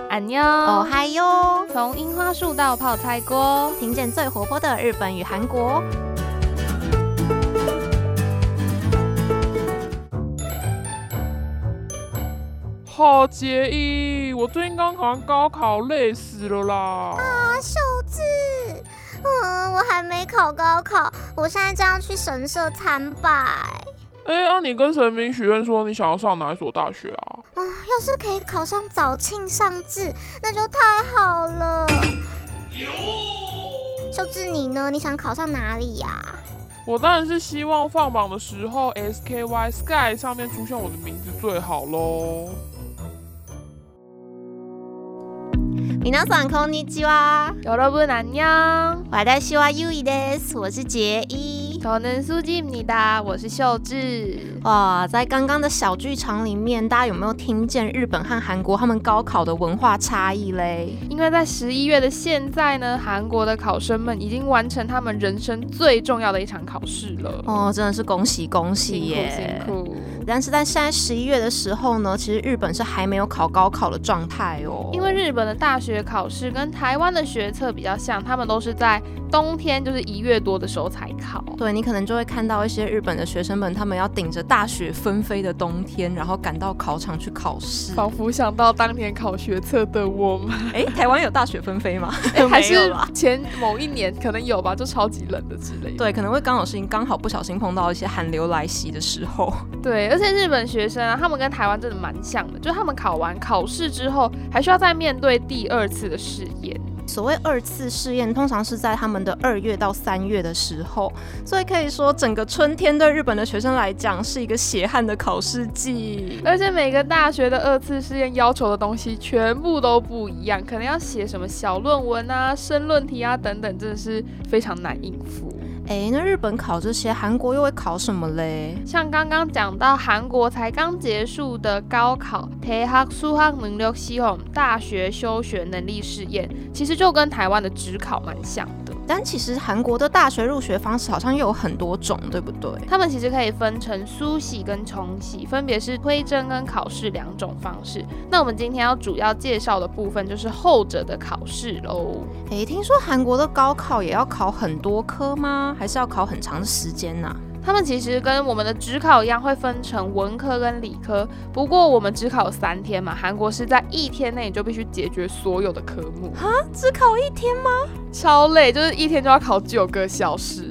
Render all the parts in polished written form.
安妞哦嗨哟， 从樱花树到泡菜锅， 听见最活泼的日本与韩国。 好介意，我最近刚考完高考，累死了啦！ 啊，秀智，我还没考高考，我现在正要去神社参拜。 你跟神明许愿说你想要上哪一所大学啊？ 要是可以考上早庆上智，那就太好了。秀智，你呢？你想考上哪里呀？ 我当然是希望放榜的时候 SKY Sky 上面出现我的名字最好咯。 皆さんこんにちは。 여러분 안녕。 私はゆいです。我是杰一。 저는 수지입니다。我是秀智。 哇，在刚刚的小剧场里面，大家有没有听见日本和韩国他们高考的文化差异嘞？ 因为在11月的现在呢，韩国的考生们已经完成他们人生最重要的一场考试了。 哦，真的是恭喜恭喜耶！ 辛苦。 但是在现在11月的时候呢，其实日本是还没有考高考的状态哦。 因为日本的大学考试跟台湾的学测比较像，他们都是在冬天，就是1月多的时候才考。 对，你可能就会看到一些日本的学生们，他们要顶着大雪纷飞的冬天，然后赶到考场去考试， 仿佛想到当年考学测的我们。 台湾有大雪纷飞吗？ 还是前某一年可能有吧，就超级冷的之类的。 对，可能会刚好不小心碰到一些寒流来袭的时候。 对，而且日本学生啊，他们跟台湾真的蛮像的，就是他们考完考试之后，还需要再面对第2次的试验。 所谓2次试验，通常是在他们的2月到3月的时候，所以可以说整个春天对日本的学生来讲是一个血汗的考试季。 而且每个大学的2次试验要求的东西全部都不一样，可能要写什么小论文啊、申论題啊等等，真的是非常难应付。 那日本考这些，韩国又会考什么嘞？ 像刚刚讲到韩国才刚结束的高考대학수학능력시험大学修学能力试验，其实就跟台湾的指考蛮像的。 但其实韩国的大学入学方式好像又有很多种，对不对？ 他们其实可以分成苏喜跟重喜，分别是推甄跟考试2种方式。那我们今天要主要介绍的部分就是后者的考试咯。 听说韩国的高考也要考很多科吗？还是要考很长的时间啊？ 他们其实跟我们的指考一样，会分成文科跟理科。不过我们只考3天嘛，韩国是在1天内你就必须解决所有的科目。 只考1天吗？ 超累，就是1天就要考9个小时。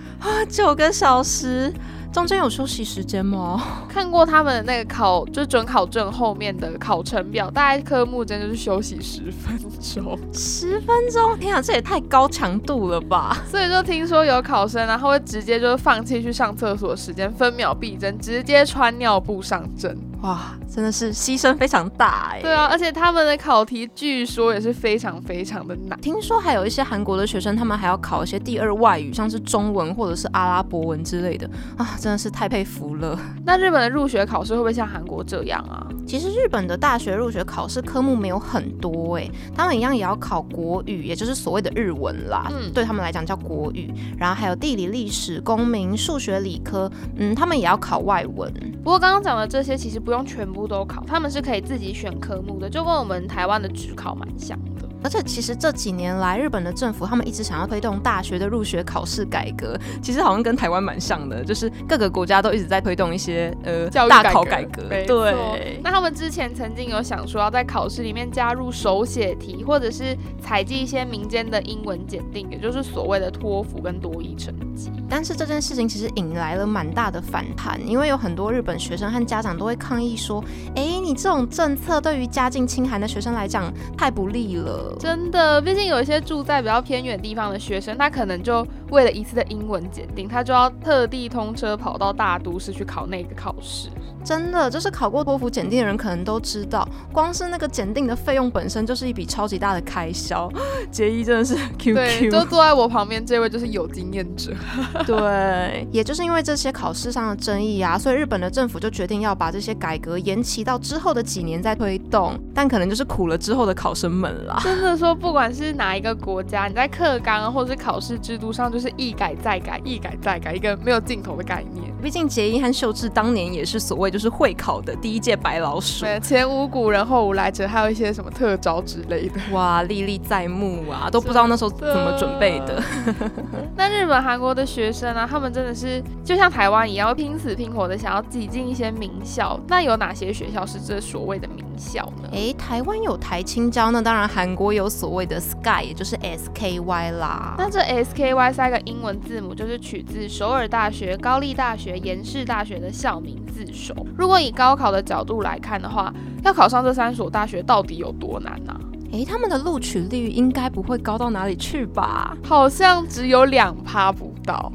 9个小时。中间有休息时间吗？ 看过他们的那个就是准考证后面的考程表，大概科目真就是休息10分钟。 10分钟？天啊，这也太高强度了吧！ 所以就听说有考生啊，他会直接就是放弃去上厕所的时间，分秒必争，直接穿尿布上阵。 哇，真的是牺牲非常大对啊，而且他们的考题据说也是非常非常的难。 听说还有一些韩国的学生，他们还要考一些第2外语，像是中文或者是阿拉伯文之类的啊，真的是太佩服了。 那日本的入学考试会不会像韩国这样啊？ 其实日本的大学入学考试科目没有很多他们一样也要考国语，也就是所谓的日文啦，对他们来讲叫国语，然后还有地理、历史、公民、数学、理科，他们也要考外文。 不过刚刚讲的这些其实不用全部都考，他们是可以自己选科目的，就跟我们台湾的指考蛮像的。 而且其实这几年来，日本的政府他们一直想要推动大学的入学考试改革，其实好像跟台湾蛮像的，就是各个国家都一直在推动一些教育大考改革。 对，那他们之前曾经有想说要在考试里面加入手写题，或者是采集一些民间的英文检定，也就是所谓的托福跟多益成绩。 但是这件事情其实引来了蛮大的反弹，因为有很多日本学生和家长都会抗议说，你这种政策对于家境清寒的学生来讲太不利了。 真的，毕竟有一些住在比较偏远地方的学生，他可能就为了一次的英文检定，他就要特地通车跑到大都市去考那个考试。 真的，就是考过托福检定的人可能都知道，光是那个检定的费用本身就是一笔超级大的开销。杰一真的是 QQ， 对，就坐在我旁边这位就是有经验者。 对，也就是因为这些考试上的争议啊，所以日本的政府就决定要把这些改革延期到之后的几年再推动，但可能就是苦了之后的考生们啦。 真的说，不管是哪一个国家，你在课纲或是考试制度上，就是一改再改，一改再改，一个没有尽头的概念。 毕竟结衣和秀智当年也是所谓就是会考的第一届白老鼠， 对，前无古人后无来者，还有一些什么特招之类的， 哇，历历在目啊，都不知道那时候怎么准备的。 那日本、韩国的学生啊，他们真的是就像台湾一样，会拼死拼活的想要挤进一些名校。那有哪些学校是这所谓的名校呢？ 台湾有台清交，那当然韩国有所谓的 SKY， 也就是 SKY 啦。 那这 SKY 3个英文字母就是取自首尔大学、高丽大学、延世大学的校名字首。如果以高考的角度来看的话，要考上这3所大学到底有多难啊？ 他们的录取率应该不会高到哪里去吧？ 好像只有2%不到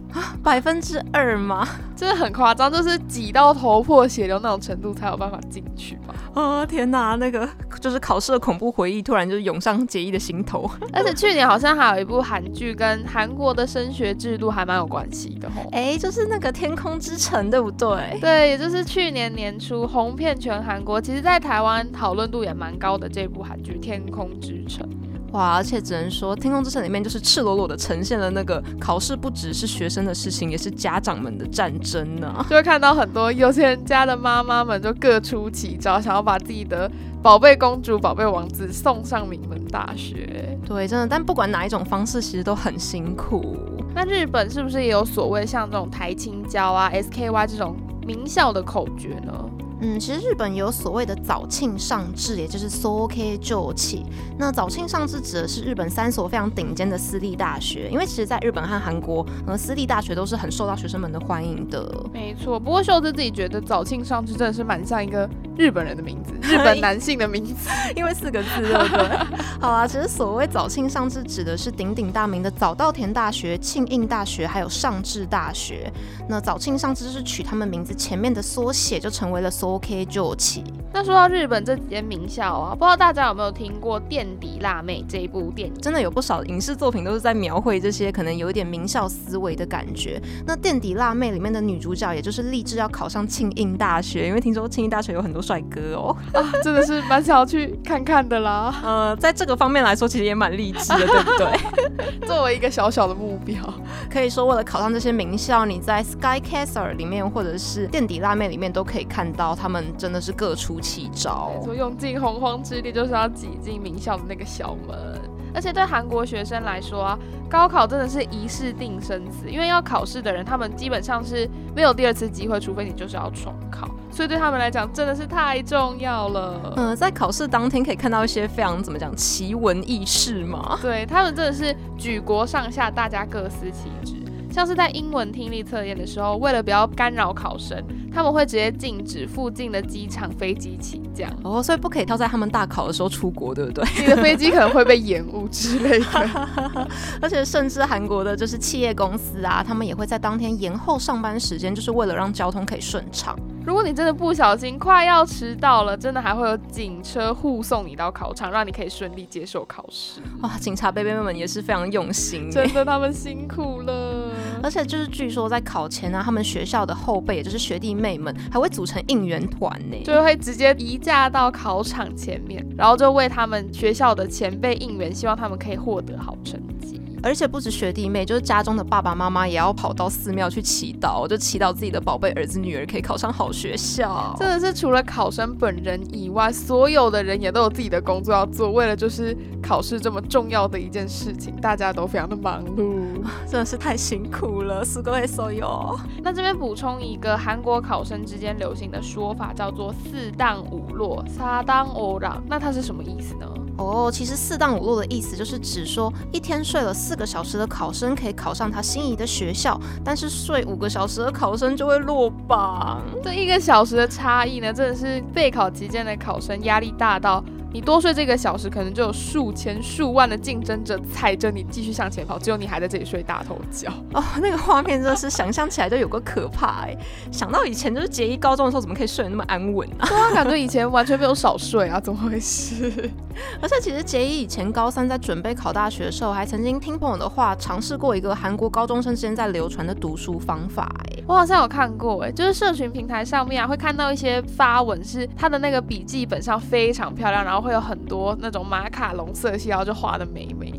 ，2%吗？ 真的很夸张，就是挤到头破血流那种程度才有办法进去吧？ 天哪，那个就是考试的恐怖回忆突然就是涌上结衣的心头。 而且去年好像还有一部韩剧跟韩国的升学制度还蛮有关系的吼。 就是那个天空之城，对不对？ 对，也就是去年年初红遍全韩国，其实在台湾讨论度也蛮高的这部韩剧《天空之城》。 哇，而且只能说《天空之城》里面就是赤裸裸的呈现了那个考试不只是学生的事情，也是家长们的战争呢。 就会看到很多有钱人家的妈妈们就各出奇招，想要把自己的宝贝公主、宝贝王子送上名门大学。 对，真的，但不管哪一种方式，其实都很辛苦。 那日本是不是也有所谓像这种台清交啊、SKY 这种名校的口诀呢？ 其实日本有所谓的早庆上制，也就是 Soke 就起。那早庆上制指的是日本3所非常顶尖的私立大学，因为其实在日本和韩国，私立大学都是很受到学生们的欢迎的。 没错，不过秀智自己觉得早庆上制真的是蛮像一个日本人的名字，日本男性的名字， 因为4个字，对不对？好啦，其实所谓早庆上制指的是鼎鼎大名的早稻田大学、庆应大学还有上智大学。那早庆上制就是取他们名字前面的缩写，就成为了Soke就起。 那说到日本这几间名校啊，不知道大家有没有听过《垫底辣妹》这一部电影？ 真的有不少影视作品都是在描绘这些可能有一点名校思维的感觉。那《垫底辣妹》里面的女主角，也就是立志要考上庆应大学，因为听说庆应大学有很多帅哥哦。 真的是蛮想要去看看的啦。 在这个方面来说，其实也蛮励志的，对不对？ 作为一个小小的目标， 可以说为了考上这些名校，你在 Sky Castle 里面或者是垫底辣妹里面都可以看到他们真的是各出奇招， 说用尽洪荒之力就是要挤进名校的那个小门。而且对韩国学生来说啊，高考真的是一试定生死，因为要考试的人，他们基本上是没有第2次机会，除非你就是要重考，所以对他们来讲真的是太重要了。 在考试当天可以看到一些非常奇闻异事嘛。 对，他们真的是举国上下大家各司其职。像是在英文听力测验的时候，为了不要干扰考生，他们会直接禁止附近的机场飞机起降。 所以不可以挑在他们大考的时候出国，对不对？ 你的飞机可能会被延误之类的。 而且甚至韩国的就是企业公司啊，他们也会在当天延后上班时间，就是为了让交通可以顺畅。 如果你真的不小心快要迟到了，真的还会有警车护送你到考场，让你可以顺利接受考试。 哇，警察贝贝们也是非常用心， 真的他们辛苦了。 而且就是据说在考前啊，他们学校的后辈，也就是学弟妹们，还会组成应援团呢， 就会直接移驾到考场前面，然后就为他们学校的前辈应援，希望他们可以获得好成绩。 而且不止学弟妹，就是家中的爸爸妈妈也要跑到寺庙去祈祷，就祈祷自己的宝贝儿子女儿可以考上好学校。 真的是除了考生本人以外，所有的人也都有自己的工作要做，为了就是考试这么重要的一件事情，大家都非常的忙碌， 真的是太辛苦了。すごいそうよ。 那这边补充一个韩国考生之间流行的说法，叫做4当5落4当5랑，那它是什么意思呢？ 其实4当5落的意思就是指说一天睡了4个小时的考生可以考上他心仪的学校，但是睡5个小时的考生就会落榜。 这1个小时的差异呢，真的是备考期间的考生压力大到你多睡这个小时，可能就有数千数万的竞争者踩着你继续向前跑，只有你还在这里睡大头觉。 那个画面真的是想象起来就有个可怕哎！想到以前就是结衣高中的时候，怎么可以睡得那么安稳啊？ 对啊，感觉以前完全没有少睡啊，怎么回事？ 而且其实结衣以前高3在准备考大学的时候，还曾经听朋友的话，尝试过一个韩国高中生之间在流传的读书方法哎。 我好像有看过哎，就是社群平台上面会看到一些发文，是他的那个笔记本上非常漂亮，然后会有很多那种马卡龙色系，然后就画的美美的。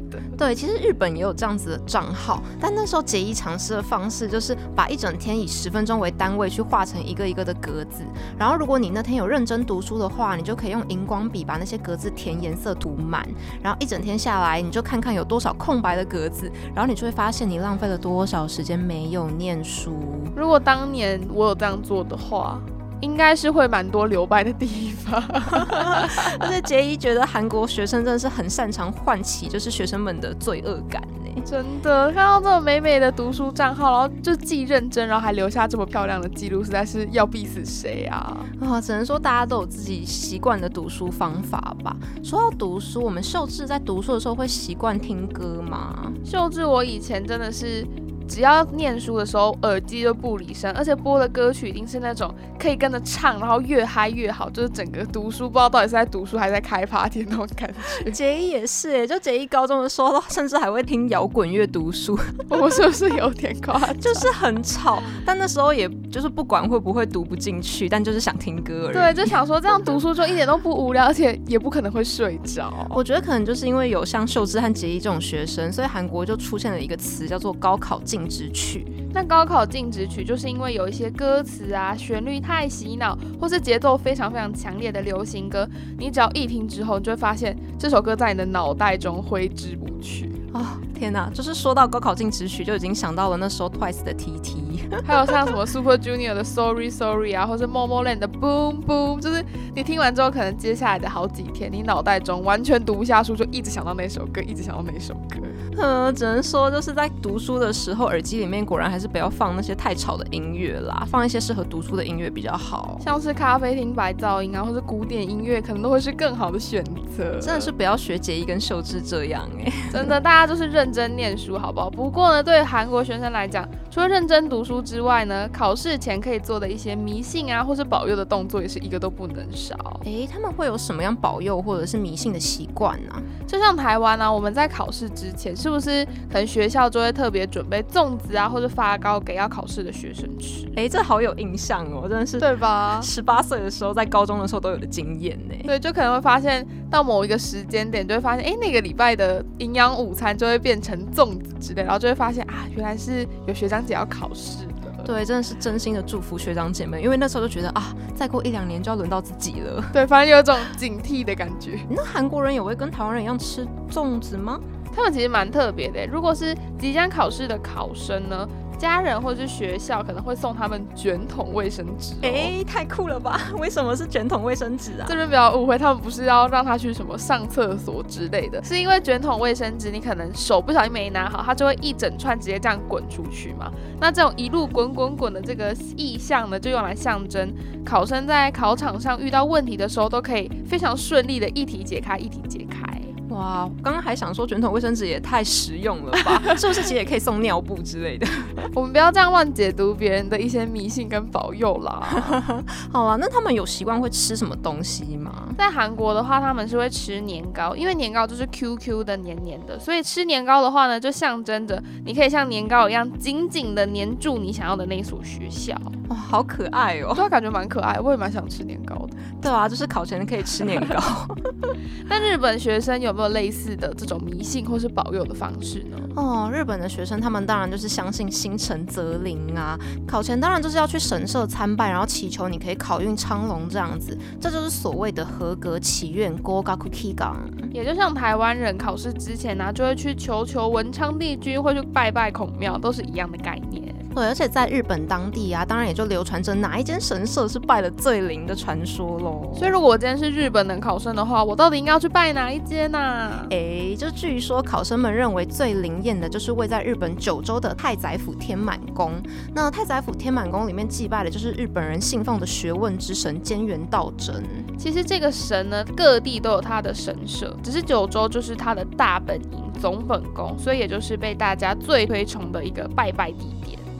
对，其实日本也有这样子的账号，但那时候结衣尝试的方式就是把一整天以10分钟为单位去画成一个一个的格子，然后如果你那天有认真读书的话，你就可以用荧光笔把那些格子填颜色涂满，然后一整天下来你就看看有多少空白的格子，然后你就会发现你浪费了多少时间没有念书。 如果当年我有这样做的话，应该是会蛮多留白的地方。 而且结衣觉得韩国学生真的是很擅长唤起就是学生们的罪恶感耶。 真的看到这种美美的读书账号，然后就既认真，然后还留下这么漂亮的记录，实在是要逼死谁啊！ 只能说大家都有自己习惯的读书方法吧。说到读书，我们秀智在读书的时候会习惯听歌吗？ 秀智我以前真的是只要念书的时候耳机就不离身，而且播的歌曲一定是那种可以跟着唱，然后越嗨越好，就是整个读书不知道到底是在读书还是在开 party 那种感觉。 结衣也是耶，就结衣高中的时候甚至还会听摇滚乐读书。 我是不是有点夸张？ 就是很吵，但那时候也就是不管会不会读不进去，但就是想听歌而已。 对，就想说这样读书就一点都不无聊，而且也不可能会睡着。 我觉得可能就是因为有像秀智和结衣这种学生，所以韩国就出现了一个词叫做高考禁止曲。 那高考禁止曲就是因为有一些歌词啊、旋律太洗脑，或是节奏非常非常强烈的流行歌，你只要一听之后，你就会发现这首歌在你的脑袋中挥之不去。 天哪，就是说到高考禁止曲，就已经想到了那时候 Twice 的 TT， 还有像什么 Super Junior 的 Sorry Sorry 啊，或是 Momoland 的 Boom Boom， 就是你听完之后，可能接下来的好几天，你脑袋中完全读不下书，就一直想到那首歌，一直想到那首歌。 只能说就是在读书的时候，耳机里面果然还是不要放那些太吵的音乐啦，放一些适合读书的音乐比较好， 像是咖啡厅白噪音啊，或是古典音乐，可能都会是更好的选择。 真的是不要学结衣跟秀智这样真的，大家就是认真念书好不好？不过呢，对韩国学生来讲，除了认真读书之外呢，考试前可以做的一些迷信啊，或是保佑的动作，也是一个都不能少。 他们会有什么样保佑或者是迷信的习惯呢？ 就像台湾啊，我们在考试之前，是不是可能学校就会特别准备粽子啊，或者发糕给要考试的学生吃？ 这好有印象哦，真的是， 对吧 ？18岁的时候，在高中的时候都有的经验呢。 对，就可能会发现到某一个时间点，就会发现，那个礼拜的营养午餐就会变成粽子之类，然后就会发现啊，原来是有学长姐要考试的。 对，真的是真心的祝福学长姐们，因为那时候就觉得啊，再过1-2年就要轮到自己了。 对，反正有一种警惕的感觉。 那韩国人也会跟台湾人一样吃粽子吗？ 他们其实蛮特别的。如果是即将考试的考生呢，家人或者是学校可能会送他们卷筒卫生纸。 太酷了吧？为什么是卷筒卫生纸啊？ 这边不要误会，他们不是要让他去什么上厕所之类的，是因为卷筒卫生纸你可能手不小心没拿好，它就会一整串直接这样滚出去嘛。那这种一路滚滚滚的这个意象呢，就用来象征考生在考场上遇到问题的时候，都可以非常顺利的一题解开，一题解开。 哇，刚刚还想说卷筒卫生纸也太实用了吧？是不是其实也可以送尿布之类的？ 我们不要这样乱解读别人的一些迷信跟保佑啦。 好啦，那他们有习惯会吃什么东西吗？ 在韩国的话，他们是会吃年糕，因为年糕就是 QQ 的黏黏的，所以吃年糕的话呢，就象征着你可以像年糕一样紧紧的黏住你想要的那所学校。 哇，好可爱哦！ 对，感觉蛮可爱，我也蛮想吃年糕的。 对啊，就是考前可以吃年糕。 但日本学生有没有类似的这种迷信或是保佑的方式呢？ 日本的学生他们当然就是相信心诚则灵啊，考前当然就是要去神社参拜，然后祈求你可以考运昌隆这样子，这就是所谓的合格祈愿 Gogaku Kigan。 也就像台湾人考试之前就会去求文昌帝君，会去拜拜孔庙，都是一样的概念。 对，而且在日本当地啊，当然也就流传着哪一间神社是拜了最灵的传说咯。 所以如果我今天是日本的考生的话，我到底应该要去拜哪一间啊？ 就据说考生们认为最灵验的就是位在日本九州的太宰府天满宫。那太宰府天满宫里面祭拜的就是日本人信奉的学问之神菅原道真。 其实这个神呢，各地都有他的神社，只是九州就是他的大本营总本宫，所以也就是被大家最推崇的一个拜拜地点。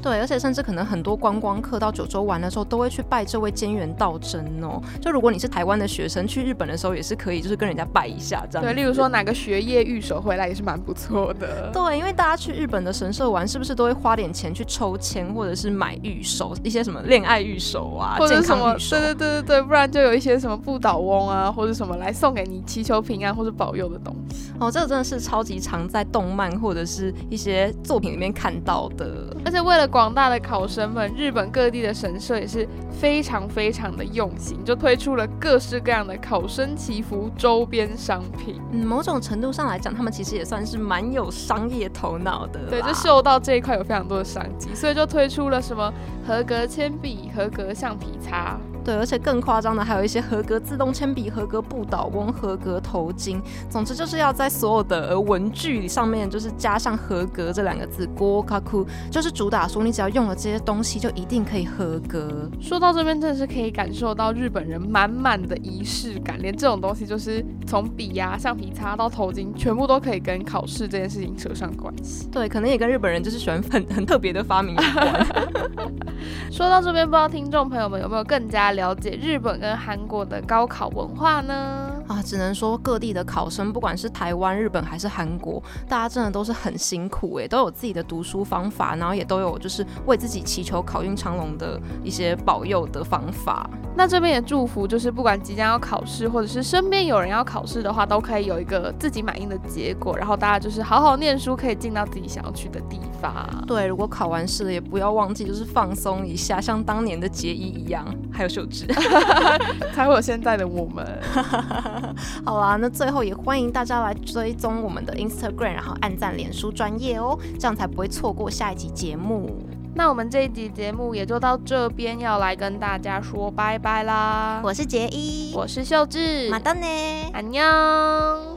对，而且甚至可能很多观光客到九州玩的时候，都会去拜这位菅原道真哦。就如果你是台湾的学生去日本的时候，也是可以就是跟人家拜一下这样。 对，例如说哪个学业御守回来也是蛮不错的。 对，因为大家去日本的神社玩，是不是都会花点钱去抽签，或者是买御守，一些什么恋爱御守啊， 或者健康御守。 对，不然就有一些什么不倒翁啊，或者什么来送给你祈求平安或者保佑的东西。 哦，这个真的是超级常在动漫或者是一些作品里面看到的。 而且为了广大的考生们，日本各地的神社也是非常非常的用心，就推出了各式各样的考生祈福周边商品。 某种程度上来讲，他们其实也算是蛮有商业头脑的啦。 对，就嗅到这一块有非常多的商机，所以就推出了什么合格铅笔、合格橡皮擦。 对，而且更夸张的还有一些合格自动铅笔、合格不倒翁、合格头巾，总之就是要在所有的文具上面就是加上合格这2个字，合格就是主打说你只要用了这些东西就一定可以合格。 说到这边真的是可以感受到日本人满满的仪式感，连这种东西就是从笔啊、橡皮擦到头巾，全部都可以跟考试这件事情扯上关系。 对，可能也跟日本人就是喜欢很特别的发明有关。 说到这边，不知道听众朋友们有没有更加了解日本跟韩国的高考文化呢？ 只能说各地的考生，不管是台湾、日本还是韩国，大家真的都是很辛苦都有自己的读书方法，然后也都有就是为自己祈求考运长龙的一些保佑的方法。 那这边也祝福，就是不管即将要考试，或者是身边有人要考试的话，都可以有一个自己满意的结果，然后大家就是好好念书，可以进到自己想要去的地方。 对，如果考完试了，也不要忘记就是放松一下，像当年的结衣一样，还有秀智， 才会有现在的我们。 好啦，那最后也欢迎大家来追踪我们的 Instagram， 然后按赞脸书专页哦，这样才不会错过下一集节目。 那我们这一集节目也就到这边，要来跟大家说拜拜啦。 我是结衣， 我是秀智， 马丹呢， 안녕。